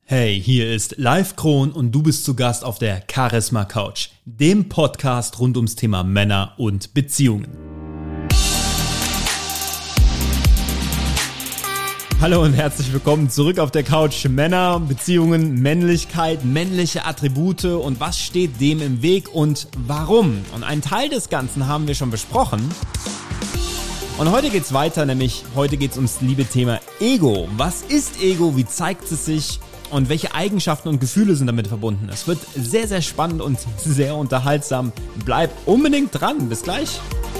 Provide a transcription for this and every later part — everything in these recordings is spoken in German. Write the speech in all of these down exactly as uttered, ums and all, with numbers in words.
Hey, hier ist Live Kron und du bist zu Gast auf der Charisma Couch, dem Podcast rund ums Thema Männer und Beziehungen. Hallo und herzlich willkommen zurück auf der Couch. Männer, Beziehungen, Männlichkeit, männliche Attribute und was steht dem im Weg und warum? Und einen Teil des Ganzen haben wir schon besprochen. Und heute geht's weiter, nämlich heute geht's ums liebe Thema Ego. Was ist Ego? Wie zeigt es sich? Und welche Eigenschaften und Gefühle sind damit verbunden? Es wird sehr, sehr spannend und sehr unterhaltsam. Bleib unbedingt dran. Bis gleich.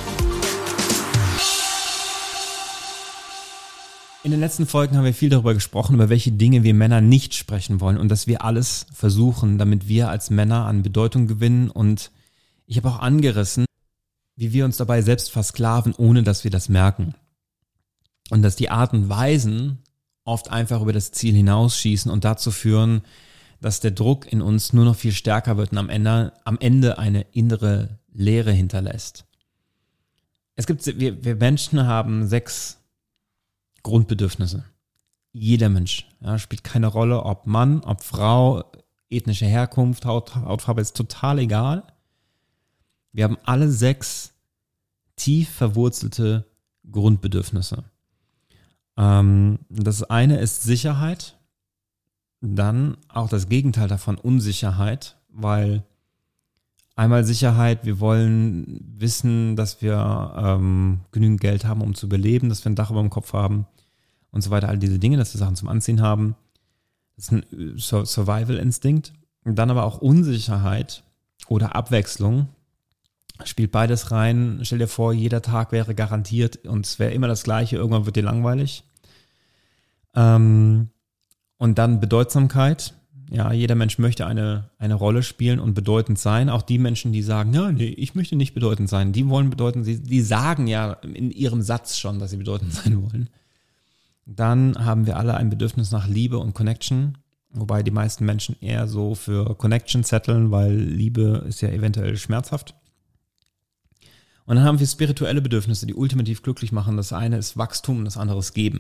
In den letzten Folgen haben wir viel darüber gesprochen, über welche Dinge wir Männer nicht sprechen wollen und dass wir alles versuchen, damit wir als Männer an Bedeutung gewinnen. Und ich habe auch angerissen, wie wir uns dabei selbst versklaven, ohne dass wir das merken. Und dass die Art und Weisen oft einfach über das Ziel hinausschießen und dazu führen, dass der Druck in uns nur noch viel stärker wird und am Ende, am Ende eine innere Leere hinterlässt. Es gibt, wir, wir Menschen haben sechs Grundbedürfnisse. Jeder Mensch, ja, spielt keine Rolle, ob Mann, ob Frau, ethnische Herkunft, Haut, Hautfarbe, ist total egal. Wir haben alle sechs tief verwurzelte Grundbedürfnisse. Ähm, das eine ist Sicherheit, dann auch das Gegenteil davon, Unsicherheit, weil einmal Sicherheit, wir wollen wissen, dass wir ähm, genügend Geld haben, um zu überleben, dass wir ein Dach über dem Kopf haben und so weiter, all diese Dinge, dass wir Sachen zum Anziehen haben. Das ist ein Survival-Instinkt. Und dann aber auch Unsicherheit oder Abwechslung. Spielt beides rein. Stell dir vor, jeder Tag wäre garantiert und es wäre immer das Gleiche. Irgendwann wird dir langweilig. Ähm, und dann Bedeutsamkeit. Ja, jeder Mensch möchte eine, eine Rolle spielen und bedeutend sein. Auch die Menschen, die sagen, ja, nee, ich möchte nicht bedeutend sein. Die wollen bedeutend, sie, die sagen ja in ihrem Satz schon, dass sie bedeutend sein wollen. Dann haben wir alle ein Bedürfnis nach Liebe und Connection. Wobei die meisten Menschen eher so für Connection zetteln, weil Liebe ist ja eventuell schmerzhaft. Und dann haben wir spirituelle Bedürfnisse, die ultimativ glücklich machen. Das eine ist Wachstum und das andere ist Geben.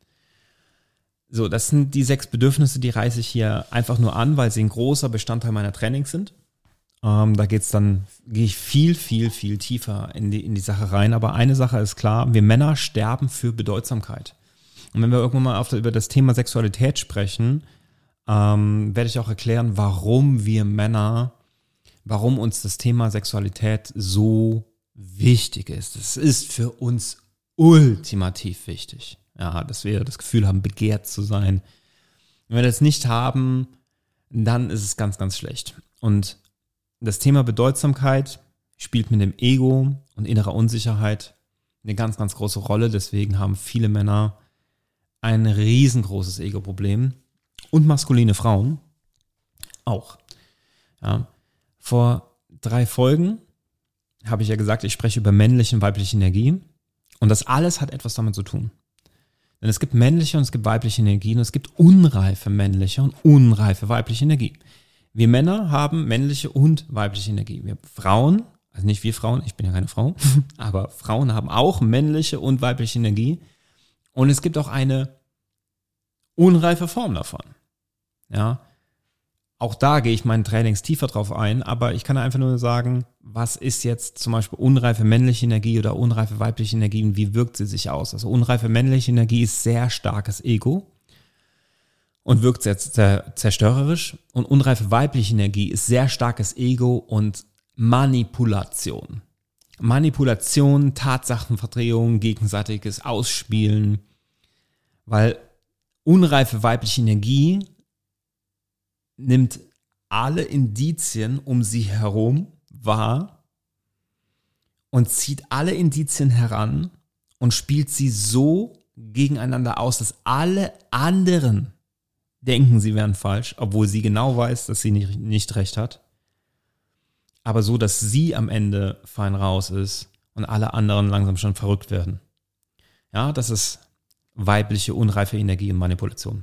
So, das sind die sechs Bedürfnisse, die reiße ich hier einfach nur an, weil sie ein großer Bestandteil meiner Trainings sind. Ähm, da geht's dann, gehe ich viel, viel, viel tiefer in die, in die Sache rein. Aber eine Sache ist klar, wir Männer sterben für Bedeutsamkeit. Und wenn wir irgendwann mal auf, über das Thema Sexualität sprechen, ähm, werde ich auch erklären, warum wir Männer, warum uns das Thema Sexualität so wichtig ist. Es ist für uns ultimativ wichtig, ja, dass wir das Gefühl haben, begehrt zu sein. Wenn wir das nicht haben, dann ist es ganz, ganz schlecht. Und das Thema Bedeutsamkeit spielt mit dem Ego und innerer Unsicherheit eine ganz, ganz große Rolle. Deswegen haben viele Männer ein riesengroßes Ego-Problem und maskuline Frauen auch. Ja. Vor drei Folgen habe ich ja gesagt, ich spreche über männliche und weibliche Energie. Und das alles hat etwas damit zu tun. Denn es gibt männliche und es gibt weibliche Energie und es gibt unreife männliche und unreife weibliche Energie. Wir Männer haben männliche und weibliche Energie. Wir Frauen, also nicht wir Frauen, ich bin ja keine Frau, aber Frauen haben auch männliche und weibliche Energie. Und es gibt auch eine unreife Form davon. Ja. Auch da gehe ich meinen Trainings tiefer drauf ein, aber ich kann einfach nur sagen, was ist jetzt zum Beispiel unreife männliche Energie oder unreife weibliche Energie und wie wirkt sie sich aus? Also unreife männliche Energie ist sehr starkes Ego und wirkt sehr zerstörerisch und unreife weibliche Energie ist sehr starkes Ego und Manipulation. Manipulation, Tatsachenverdrehung, gegenseitiges Ausspielen, weil unreife weibliche Energie nimmt alle Indizien um sie herum wahr und zieht alle Indizien heran und spielt sie so gegeneinander aus, dass alle anderen denken, sie wären falsch, obwohl sie genau weiß, dass sie nicht, nicht recht hat. Aber so, dass sie am Ende fein raus ist und alle anderen langsam schon verrückt werden. Ja, das ist weibliche, unreife Energie und Manipulation.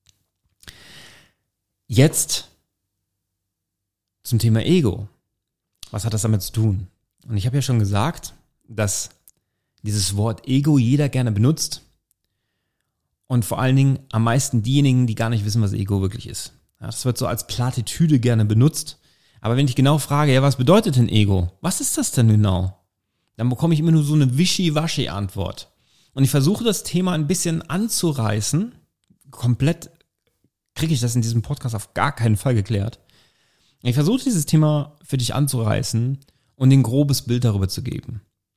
Jetzt zum Thema Ego. Was hat das damit zu tun? Und ich habe ja schon gesagt, dass dieses Wort Ego jeder gerne benutzt und vor allen Dingen am meisten diejenigen, die gar nicht wissen, was Ego wirklich ist. Ja, das wird so als Plattitüde gerne benutzt. Aber wenn ich genau frage, ja, was bedeutet denn Ego? Was ist das denn genau? Dann bekomme ich immer nur so eine Wischi-Waschi-Antwort. Und ich versuche das Thema ein bisschen anzureißen. Komplett kriege ich das in diesem Podcast auf gar keinen Fall geklärt. Ich versuche dieses Thema für dich anzureißen und ein grobes Bild darüber zu geben.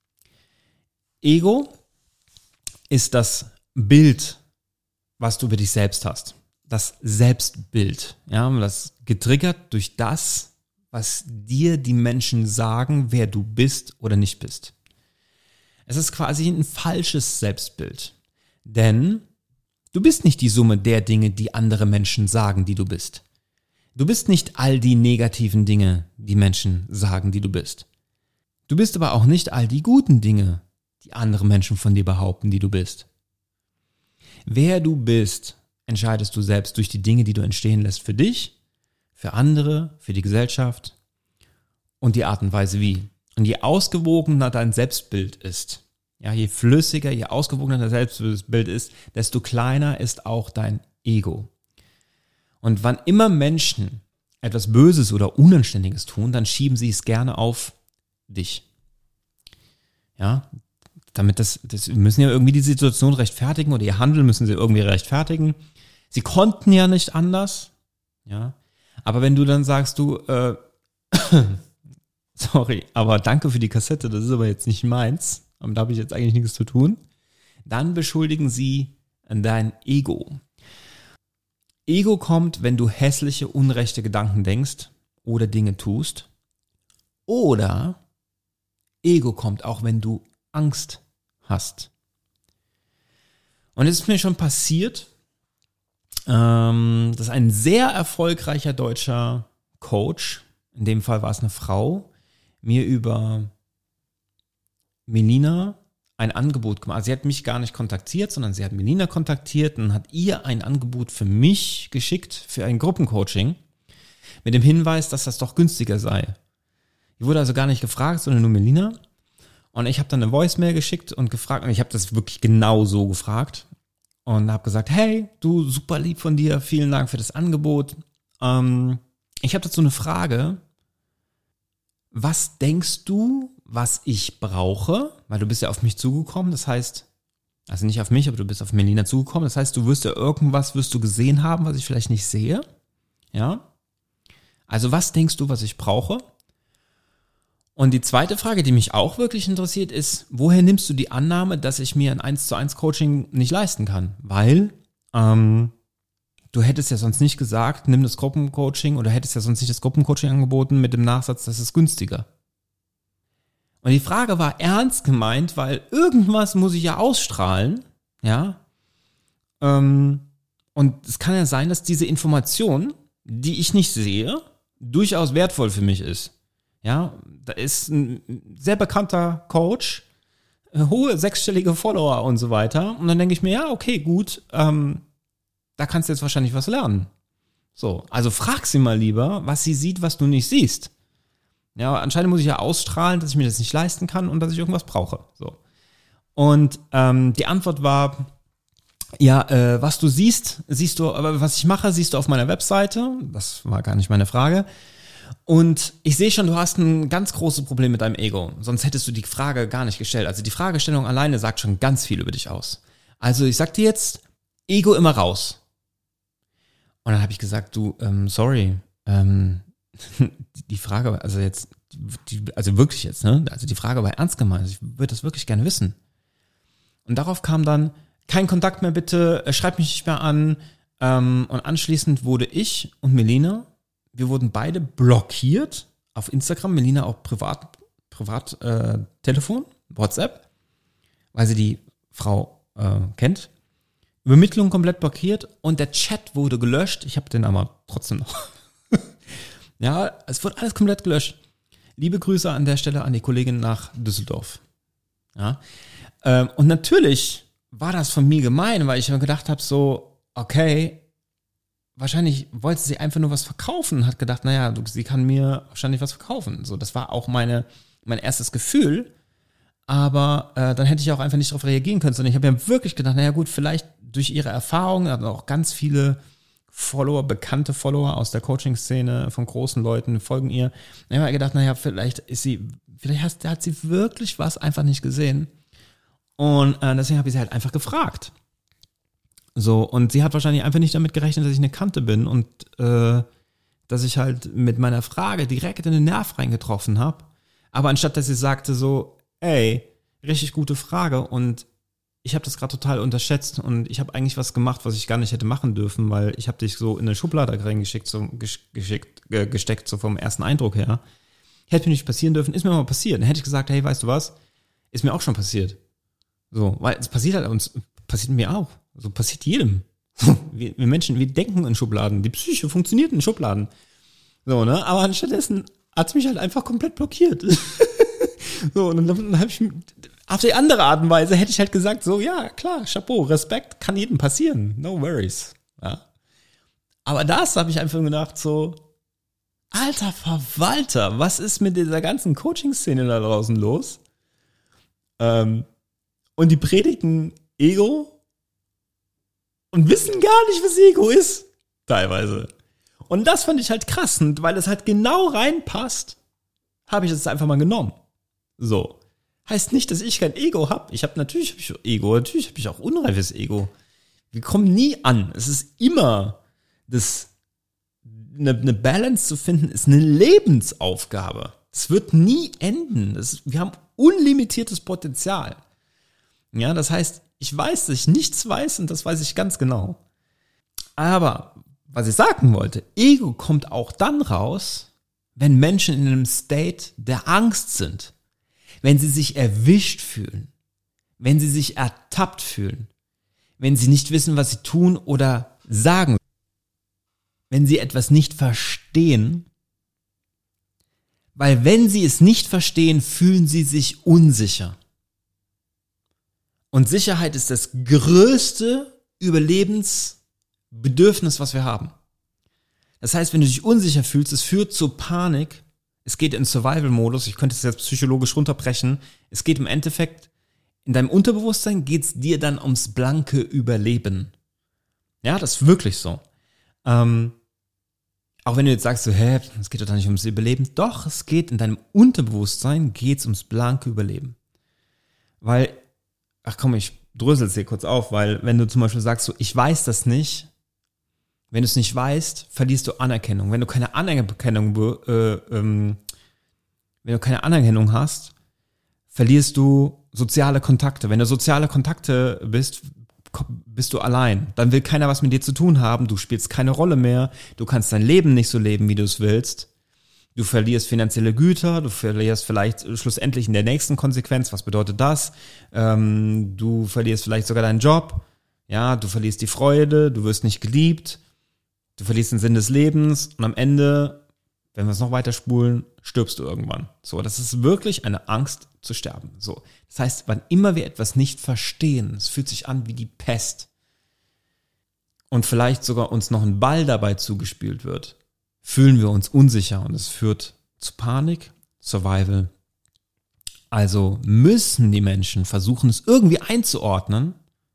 Ego ist das Bild, was du über dich selbst hast. Das Selbstbild. Ja, das getriggert durch das, was dir die Menschen sagen, wer du bist oder nicht bist. Es ist quasi ein falsches Selbstbild. Denn du bist nicht die Summe der Dinge, die andere Menschen sagen, die du bist. Du bist nicht all die negativen Dinge, die Menschen sagen, die du bist. Du bist aber auch nicht all die guten Dinge, die andere Menschen von dir behaupten, die du bist. Wer du bist, entscheidest du selbst durch die Dinge, die du entstehen lässt für dich, für andere, für die Gesellschaft und die Art und Weise wie. Und je ausgewogener dein Selbstbild ist, ja, je flüssiger, je ausgewogener dein Selbstbild ist, desto kleiner ist auch dein Ego. Und wann immer Menschen etwas Böses oder Unanständiges tun, dann schieben sie es gerne auf dich. Ja, damit das, das müssen ja irgendwie die Situation rechtfertigen oder ihr Handeln müssen sie irgendwie rechtfertigen. Sie konnten ja nicht anders. Ja, aber wenn du dann sagst, du, äh, sorry, aber danke für die Kassette, das ist aber jetzt nicht meins, aber da habe ich jetzt eigentlich nichts zu tun, dann beschuldigen sie dein Ego. Ego kommt, wenn du hässliche, unrechte Gedanken denkst oder Dinge tust. Oder Ego kommt auch, wenn du Angst hast. Und es ist mir schon passiert, ähm, dass ein sehr erfolgreicher deutscher Coach, in dem Fall war es eine Frau, mir über Melina ein Angebot gemacht. Also sie hat mich gar nicht kontaktiert, sondern sie hat Melina kontaktiert und hat ihr ein Angebot für mich geschickt, für ein Gruppencoaching, mit dem Hinweis, dass das doch günstiger sei. Ich wurde also gar nicht gefragt, sondern nur Melina. Und ich habe dann eine Voicemail geschickt und gefragt, und ich habe das wirklich genau so gefragt und habe gesagt, hey, du, super lieb von dir, vielen Dank für das Angebot. Ähm, ich habe dazu eine Frage. Was denkst du, was ich brauche? Weil du bist ja auf mich zugekommen, das heißt, also nicht auf mich, aber du bist auf Melina zugekommen, das heißt, du wirst ja irgendwas, wirst du gesehen haben, was ich vielleicht nicht sehe. Ja? Also was denkst du, was ich brauche? Und die zweite Frage, die mich auch wirklich interessiert, ist, woher nimmst du die Annahme, dass ich mir ein eins zu eins Coaching nicht leisten kann? Weil ähm, du hättest ja sonst nicht gesagt, nimm das Gruppencoaching oder hättest ja sonst nicht das Gruppencoaching angeboten mit dem Nachsatz, das ist günstiger. Und die Frage war ernst gemeint, weil irgendwas muss ich ja ausstrahlen, ja. Ähm, und es kann ja sein, dass diese Information, die ich nicht sehe, durchaus wertvoll für mich ist. Ja, da ist ein sehr bekannter Coach, hohe sechsstellige Follower und so weiter. Und dann denke ich mir, ja, okay, gut, ähm, da kannst du jetzt wahrscheinlich was lernen. So, also frag sie mal lieber, was sie sieht, was du nicht siehst. Ja, anscheinend muss ich ja ausstrahlen, dass ich mir das nicht leisten kann und dass ich irgendwas brauche. So. Und ähm, die Antwort war, ja, äh, was du siehst, siehst du, aber was ich mache, siehst du auf meiner Webseite. Das war gar nicht meine Frage. Und ich sehe schon, du hast ein ganz großes Problem mit deinem Ego. Sonst hättest du die Frage gar nicht gestellt. Also die Fragestellung alleine sagt schon ganz viel über dich aus. Also ich sag dir jetzt, Ego immer raus. Und dann habe ich gesagt, du, ähm, sorry, ähm, die Frage, also jetzt, die, also wirklich jetzt, ne? Also die Frage war ernst gemeint. Ich würde das wirklich gerne wissen. Und darauf kam dann, kein Kontakt mehr bitte, schreib mich nicht mehr an. Ähm, und anschließend wurde ich und Melina, wir wurden beide blockiert auf Instagram, Melina auch privat, privat äh, Telefon, WhatsApp, weil sie die Frau äh, kennt. Übermittlung komplett blockiert und der Chat wurde gelöscht. Ich habe den aber trotzdem noch. Ja, es wurde alles komplett gelöscht. Liebe Grüße an der Stelle an die Kollegin nach Düsseldorf. Ja, ähm, und natürlich war das von mir gemein, weil ich mir gedacht habe so, okay, wahrscheinlich wollte sie einfach nur was verkaufen und hat gedacht, naja, du, sie kann mir wahrscheinlich was verkaufen. So, das war auch meine, mein erstes Gefühl. Aber äh, dann hätte ich auch einfach nicht darauf reagieren können, sondern ich habe mir wirklich gedacht, naja gut, vielleicht durch ihre Erfahrungen, aber auch ganz viele Follower, bekannte Follower aus der Coaching-Szene von großen Leuten folgen ihr. Dann habe ich mir gedacht, naja, vielleicht ist sie, vielleicht hat, hat sie wirklich was einfach nicht gesehen. Und äh, deswegen habe ich sie halt einfach gefragt. So, und sie hat wahrscheinlich einfach nicht damit gerechnet, dass ich eine Kante bin und äh, dass ich halt mit meiner Frage direkt in den Nerv reingetroffen habe. Aber anstatt, dass sie sagte so, ey, richtig gute Frage und ich habe das gerade total unterschätzt und ich habe eigentlich was gemacht, was ich gar nicht hätte machen dürfen, weil ich habe dich so in eine Schublade reingeschickt, so geschickt, äh, gesteckt, so vom ersten Eindruck her. Hätte mir nicht passieren dürfen, ist mir mal passiert. Dann hätte ich gesagt, hey, weißt du was, ist mir auch schon passiert. So, weil es passiert halt uns, passiert mir auch. So passiert jedem. Wir, wir Menschen, wir denken in Schubladen. Die Psyche funktioniert in Schubladen. So, ne? Aber anstattdessen hat es mich halt einfach komplett blockiert. So, und dann, dann habe ich, auf die andere Art und Weise hätte ich halt gesagt, so, ja, klar, Chapeau, Respekt, kann jedem passieren. No worries. Ja. Aber das habe ich einfach gedacht, so, alter Verwalter, was ist mit dieser ganzen Coaching-Szene da draußen los? Ähm, und die predigen Ego und wissen gar nicht, was Ego ist. Teilweise. Und das fand ich halt krass, weil es halt genau reinpasst, habe ich das einfach mal genommen. So. Heißt nicht, dass ich kein Ego habe. Ich habe natürlich hab ich Ego, natürlich habe ich auch unreifes Ego. Wir kommen nie an. Es ist immer das, eine, eine Balance zu finden, ist eine Lebensaufgabe. Es wird nie enden. Das, wir haben unlimitiertes Potenzial. Ja, das heißt, ich weiß, dass ich nichts weiß und das weiß ich ganz genau. Aber was ich sagen wollte, Ego kommt auch dann raus, wenn Menschen in einem State der Angst sind. Wenn sie sich erwischt fühlen, wenn sie sich ertappt fühlen, wenn sie nicht wissen, was sie tun oder sagen, wenn sie etwas nicht verstehen, weil wenn sie es nicht verstehen, fühlen sie sich unsicher. Und Sicherheit ist das größte Überlebensbedürfnis, was wir haben. Das heißt, wenn du dich unsicher fühlst, es führt zu Panik. Es geht in Survival-Modus, ich könnte es jetzt psychologisch runterbrechen. Es geht im Endeffekt, in deinem Unterbewusstsein geht es dir dann ums blanke Überleben. Ja, das ist wirklich so. Ähm, auch wenn du jetzt sagst, so, hä, es geht doch nicht ums Überleben. Doch, es geht in deinem Unterbewusstsein, geht es ums blanke Überleben. Weil, ach komm, ich drösel es dir kurz auf, weil wenn du zum Beispiel sagst, so, ich weiß das nicht, wenn du es nicht weißt, verlierst du Anerkennung. Wenn du keine Anerkennung, äh, ähm, wenn du keine Anerkennung hast, verlierst du soziale Kontakte. Wenn du soziale Kontakte bist, bist du allein. Dann will keiner was mit dir zu tun haben. Du spielst keine Rolle mehr. Du kannst dein Leben nicht so leben, wie du es willst. Du verlierst finanzielle Güter. Du verlierst vielleicht schlussendlich in der nächsten Konsequenz. Was bedeutet das? Ähm, du verlierst vielleicht sogar deinen Job. Ja, du verlierst die Freude. Du wirst nicht geliebt. Du verlierst den Sinn des Lebens und am Ende, wenn wir es noch weiter spulen, stirbst du irgendwann. So, das ist wirklich eine Angst zu sterben. So, das heißt, wann immer wir etwas nicht verstehen, es fühlt sich an wie die Pest und vielleicht sogar uns noch ein Ball dabei zugespielt wird, fühlen wir uns unsicher und es führt zu Panik, Survival. Also müssen die Menschen versuchen, es irgendwie einzuordnen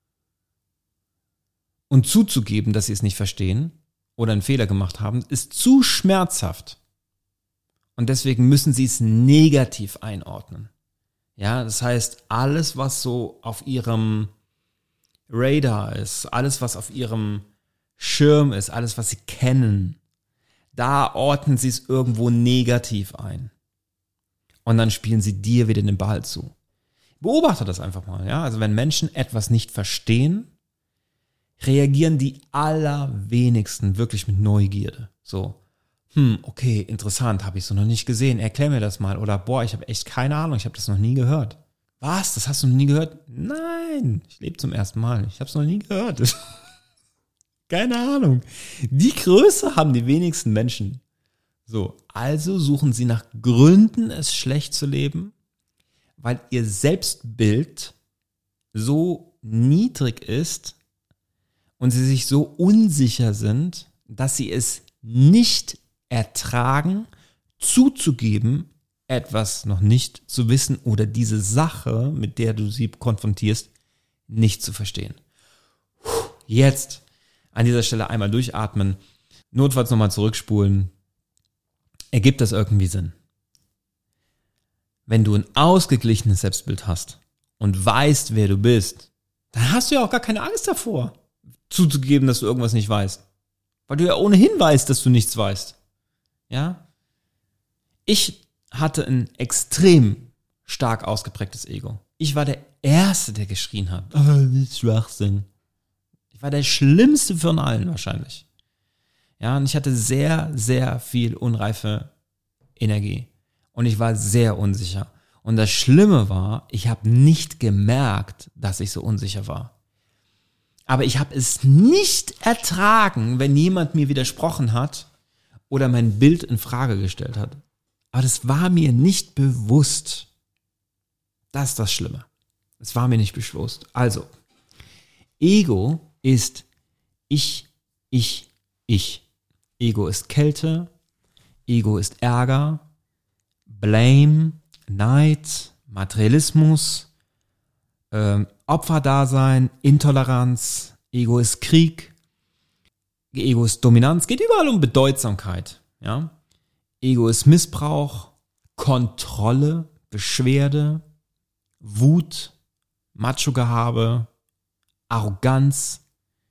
und zuzugeben, dass sie es nicht verstehen oder einen Fehler gemacht haben, ist zu schmerzhaft. Und deswegen müssen sie es negativ einordnen. Ja, das heißt, alles, was so auf ihrem Radar ist, alles, was auf ihrem Schirm ist, alles, was sie kennen, da ordnen sie es irgendwo negativ ein. Und dann spielen sie dir wieder den Ball zu. Beobachte das einfach mal, ja. Also wenn Menschen etwas nicht verstehen, reagieren die allerwenigsten wirklich mit Neugierde. So, hm, okay, interessant, habe ich so noch nicht gesehen, erklär mir das mal. Oder, boah, ich habe echt keine Ahnung, ich habe das noch nie gehört. Was, das hast du noch nie gehört? Nein, ich lebe zum ersten Mal, ich habe es noch nie gehört. Keine Ahnung. Die Größe haben die wenigsten Menschen. So, also suchen sie nach Gründen, es schlecht zu leben, weil ihr Selbstbild so niedrig ist, und sie sich so unsicher sind, dass sie es nicht ertragen, zuzugeben, etwas noch nicht zu wissen oder diese Sache, mit der du sie konfrontierst, nicht zu verstehen. Jetzt an dieser Stelle einmal durchatmen, notfalls nochmal zurückspulen. Ergibt das irgendwie Sinn? Wenn du ein ausgeglichenes Selbstbild hast und weißt, wer du bist, dann hast du ja auch gar keine Angst davor, zuzugeben, dass du irgendwas nicht weißt. Weil du ja ohnehin weißt, dass du nichts weißt. Ja? Ich hatte ein extrem stark ausgeprägtes Ego. Ich war der Erste, der geschrien hat. Oh, das ist Schwachsinn. Ich war der Schlimmste von allen wahrscheinlich. Ja, und ich hatte sehr, sehr viel unreife Energie. Und ich war sehr unsicher. Und das Schlimme war, ich habe nicht gemerkt, dass ich so unsicher war. Aber ich habe es nicht ertragen, wenn jemand mir widersprochen hat oder mein Bild in Frage gestellt hat. Aber das war mir nicht bewusst. Das ist das Schlimme. Es war mir nicht bewusst. Also, Ego ist ich, ich, ich. Ego ist Kälte, Ego ist Ärger, Blame, Neid, Materialismus, äh, Opferdasein, Intoleranz, Ego ist Krieg, Ego ist Dominanz, geht überall um Bedeutsamkeit. Ja? Ego ist Missbrauch, Kontrolle, Beschwerde, Wut, Macho-Gehabe, Arroganz,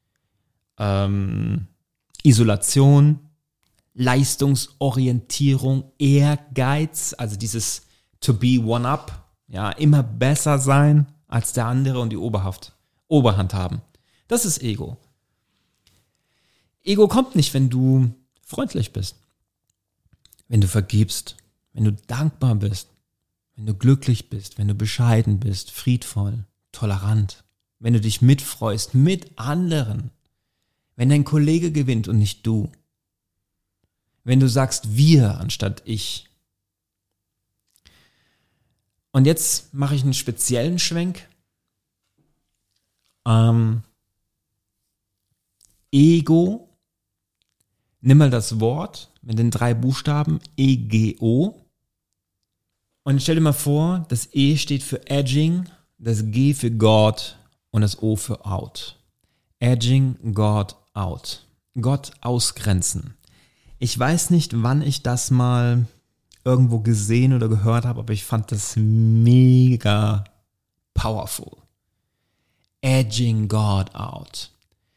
ähm, Isolation, Leistungsorientierung, Ehrgeiz, also dieses to be one up, ja, immer besser sein als der andere und die Oberhaft, Oberhand haben. Das ist Ego. Ego kommt nicht, wenn du freundlich bist, wenn du vergibst, wenn du dankbar bist, wenn du glücklich bist, wenn du bescheiden bist, friedvoll, tolerant, wenn du dich mitfreust mit anderen, wenn dein Kollege gewinnt und nicht du, wenn du sagst wir anstatt ich. Und jetzt mache ich einen speziellen Schwenk. Ähm, Ego, nimm mal das Wort mit den drei Buchstaben E G O und stell dir mal vor, das E steht für Edging, das G für God und das O für Out. Edging God out. Gott ausgrenzen. Ich weiß nicht, wann ich das mal irgendwo gesehen oder gehört habe, aber ich fand das mega powerful. Edging God out.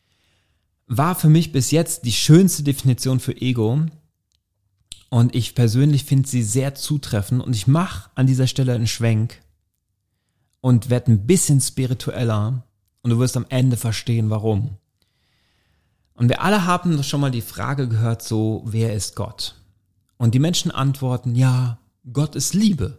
War für mich bis jetzt die schönste Definition für Ego und ich persönlich finde sie sehr zutreffend und ich mache an dieser Stelle einen Schwenk und werde ein bisschen spiritueller und du wirst am Ende verstehen, warum. Und wir alle haben schon mal die Frage gehört, so, wer ist Gott? Und die Menschen antworten, ja, Gott ist Liebe.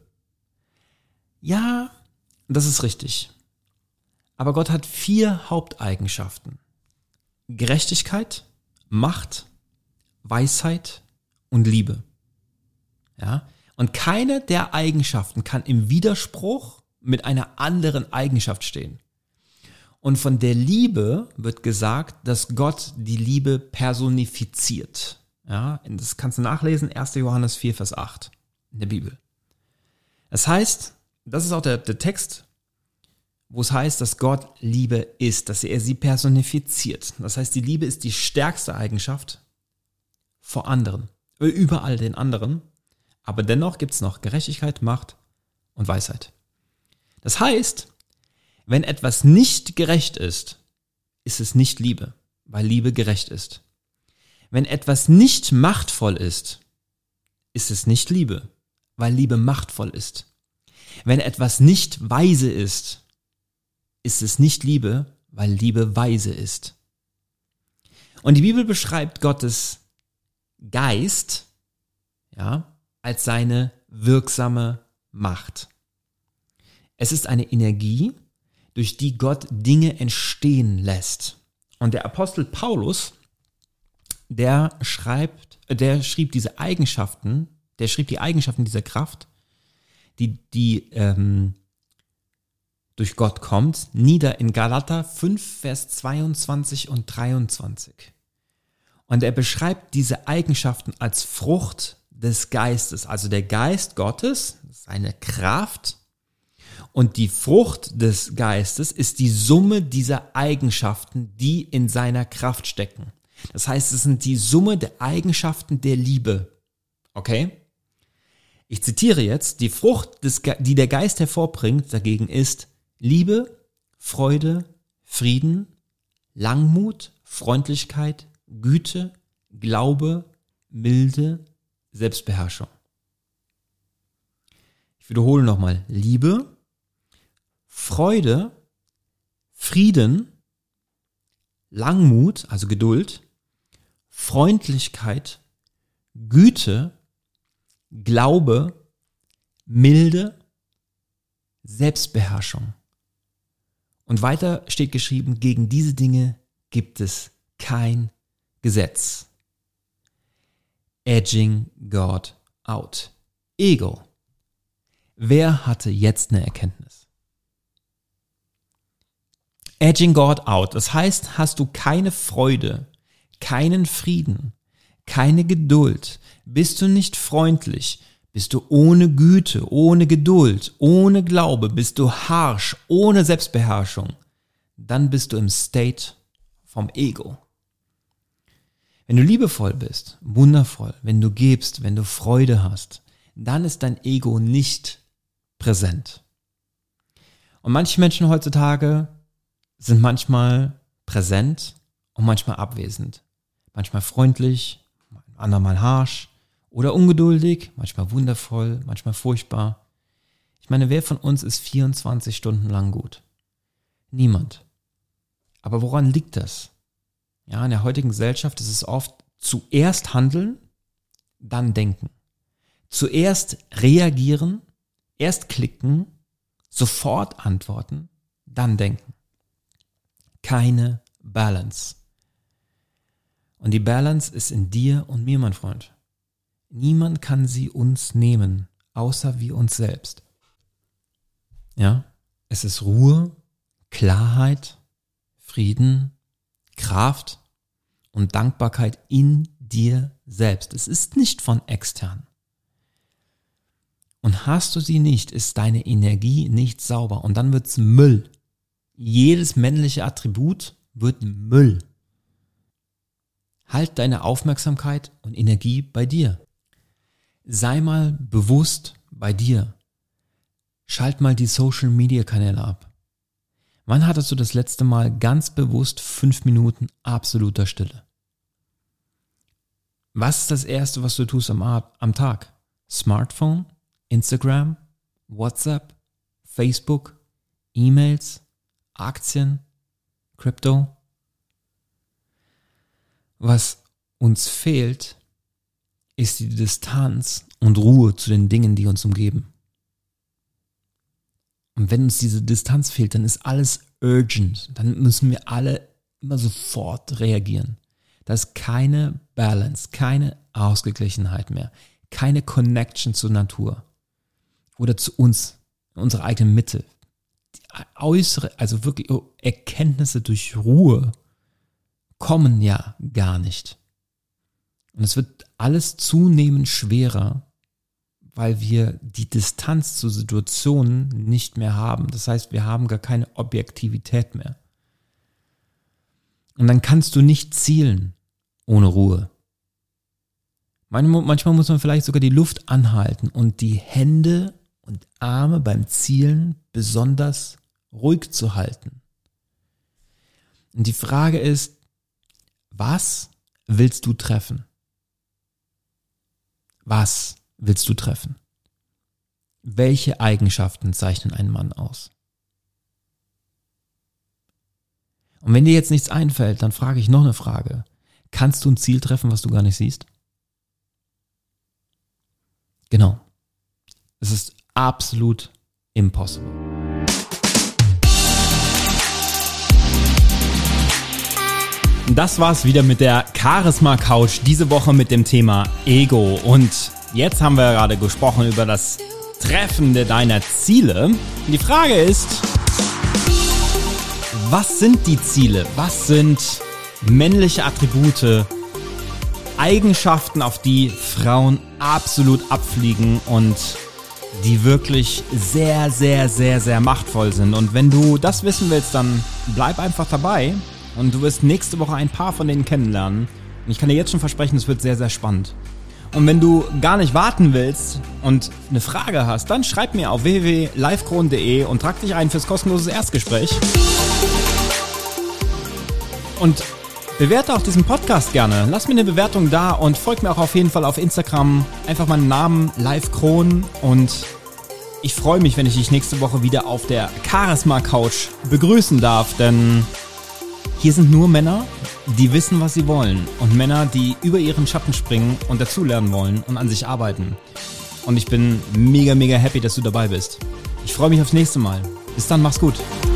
Ja, das ist richtig. Aber Gott hat vier Haupteigenschaften. Gerechtigkeit, Macht, Weisheit und Liebe. Ja? Und keine der Eigenschaften kann im Widerspruch mit einer anderen Eigenschaft stehen. Und von der Liebe wird gesagt, dass Gott die Liebe personifiziert. Ja, das kannst du nachlesen, erster Johannes vier, Vers acht in der Bibel. Das heißt, das ist auch der, der Text, wo es heißt, dass Gott Liebe ist, dass er sie personifiziert. Das heißt, die Liebe ist die stärkste Eigenschaft vor anderen, überall den anderen. Aber dennoch gibt es noch Gerechtigkeit, Macht und Weisheit. Das heißt, wenn etwas nicht gerecht ist, ist es nicht Liebe, weil Liebe gerecht ist. Wenn etwas nicht machtvoll ist, ist es nicht Liebe, weil Liebe machtvoll ist. Wenn etwas nicht weise ist, ist es nicht Liebe, weil Liebe weise ist. Und die Bibel beschreibt Gottes Geist, ja, als seine wirksame Macht. Es ist eine Energie, durch die Gott Dinge entstehen lässt. Und der Apostel Paulus, der schreibt, der schrieb diese Eigenschaften, der schrieb die Eigenschaften dieser Kraft, die, die ähm, durch Gott kommt, nieder in Galater fünf, Vers zweiundzwanzig und dreiundzwanzig. Und er beschreibt diese Eigenschaften als Frucht des Geistes, also der Geist Gottes, seine Kraft, und die Frucht des Geistes ist die Summe dieser Eigenschaften, die in seiner Kraft stecken. Das heißt, es sind die Summe der Eigenschaften der Liebe. Okay? Ich zitiere jetzt, die Frucht, des, die der Geist hervorbringt, dagegen ist Liebe, Freude, Frieden, Langmut, Freundlichkeit, Güte, Glaube, Milde, Selbstbeherrschung. Ich wiederhole nochmal. Liebe, Freude, Frieden, Langmut, also Geduld, Freundlichkeit, Güte, Glaube, Milde, Selbstbeherrschung. Und weiter steht geschrieben, gegen diese Dinge gibt es kein Gesetz. Edging God out. Ego. Wer hatte jetzt eine Erkenntnis? Edging God out. Das heißt, hast du keine Freude, keinen Frieden, keine Geduld, bist du nicht freundlich, bist du ohne Güte, ohne Geduld, ohne Glaube, bist du harsch, ohne Selbstbeherrschung, dann bist du im State vom Ego. Wenn du liebevoll bist, wundervoll, wenn du gibst, wenn du Freude hast, dann ist dein Ego nicht präsent. Und manche Menschen heutzutage sind manchmal präsent und manchmal abwesend. Manchmal freundlich, andermal harsch oder ungeduldig, manchmal wundervoll, manchmal furchtbar. Ich meine, wer von uns ist vierundzwanzig Stunden lang gut? Niemand. Aber woran liegt das? Ja, in der heutigen Gesellschaft ist es oft zuerst handeln, dann denken. Zuerst reagieren, erst klicken, sofort antworten, dann denken. Keine Balance. Und die Balance ist in dir und mir, mein Freund. Niemand kann sie uns nehmen, außer wir uns selbst. Ja, es ist Ruhe, Klarheit, Frieden, Kraft und Dankbarkeit in dir selbst. Es ist nicht von extern. Und hast du sie nicht, ist deine Energie nicht sauber. Und dann wird's Müll. Jedes männliche Attribut wird Müll. Halt deine Aufmerksamkeit und Energie bei dir. Sei mal bewusst bei dir. Schalt mal die Social-Media-Kanäle ab. Wann hattest du das letzte Mal ganz bewusst fünf Minuten absoluter Stille? Was ist das Erste, was du tust am, am Tag? Smartphone, Instagram, WhatsApp, Facebook, E-Mails, Aktien, Krypto? Was uns fehlt, ist die Distanz und Ruhe zu den Dingen, die uns umgeben. Und wenn uns diese Distanz fehlt, dann ist alles urgent. Dann müssen wir alle immer sofort reagieren. Da ist keine Balance, keine Ausgeglichenheit mehr, keine Connection zur Natur oder zu uns, in unserer eigenen Mitte. Die äußere, also wirklich Erkenntnisse durch Ruhe kommen ja gar nicht. Und es wird alles zunehmend schwerer, weil wir die Distanz zu Situationen nicht mehr haben. Das heißt, wir haben gar keine Objektivität mehr. Und dann kannst du nicht zielen ohne Ruhe. Manchmal muss man vielleicht sogar die Luft anhalten und die Hände und Arme beim Zielen besonders ruhig zu halten. Und die Frage ist, was willst du treffen? Was willst du treffen? Welche Eigenschaften zeichnen einen Mann aus? Und wenn dir jetzt nichts einfällt, dann frage ich noch eine Frage. Kannst du ein Ziel treffen, was du gar nicht siehst? Genau. Es ist absolut impossible. Das war's wieder mit der Charisma Couch, diese Woche mit dem Thema Ego. Und jetzt haben wir gerade gesprochen über das Treffen deiner Ziele. Und die Frage ist, was sind die Ziele? Was sind männliche Attribute, Eigenschaften, auf die Frauen absolut abfliegen und die wirklich sehr, sehr, sehr, sehr machtvoll sind. Und wenn du das wissen willst, dann bleib einfach dabei und du wirst nächste Woche ein paar von denen kennenlernen. Und ich kann dir jetzt schon versprechen, es wird sehr, sehr spannend. Und wenn du gar nicht warten willst und eine Frage hast, dann schreib mir auf w w w punkt livekron punkt de und trag dich ein fürs kostenlose Erstgespräch. Und bewerte auch diesen Podcast gerne. Lass mir eine Bewertung da und folg mir auch auf jeden Fall auf Instagram. Einfach meinen Namen, livekron. Und ich freue mich, wenn ich dich nächste Woche wieder auf der Charisma Couch begrüßen darf. Denn hier sind nur Männer, die wissen, was sie wollen. Und Männer, die über ihren Schatten springen und dazulernen wollen und an sich arbeiten. Und ich bin mega, mega happy, dass du dabei bist. Ich freue mich aufs nächste Mal. Bis dann, mach's gut.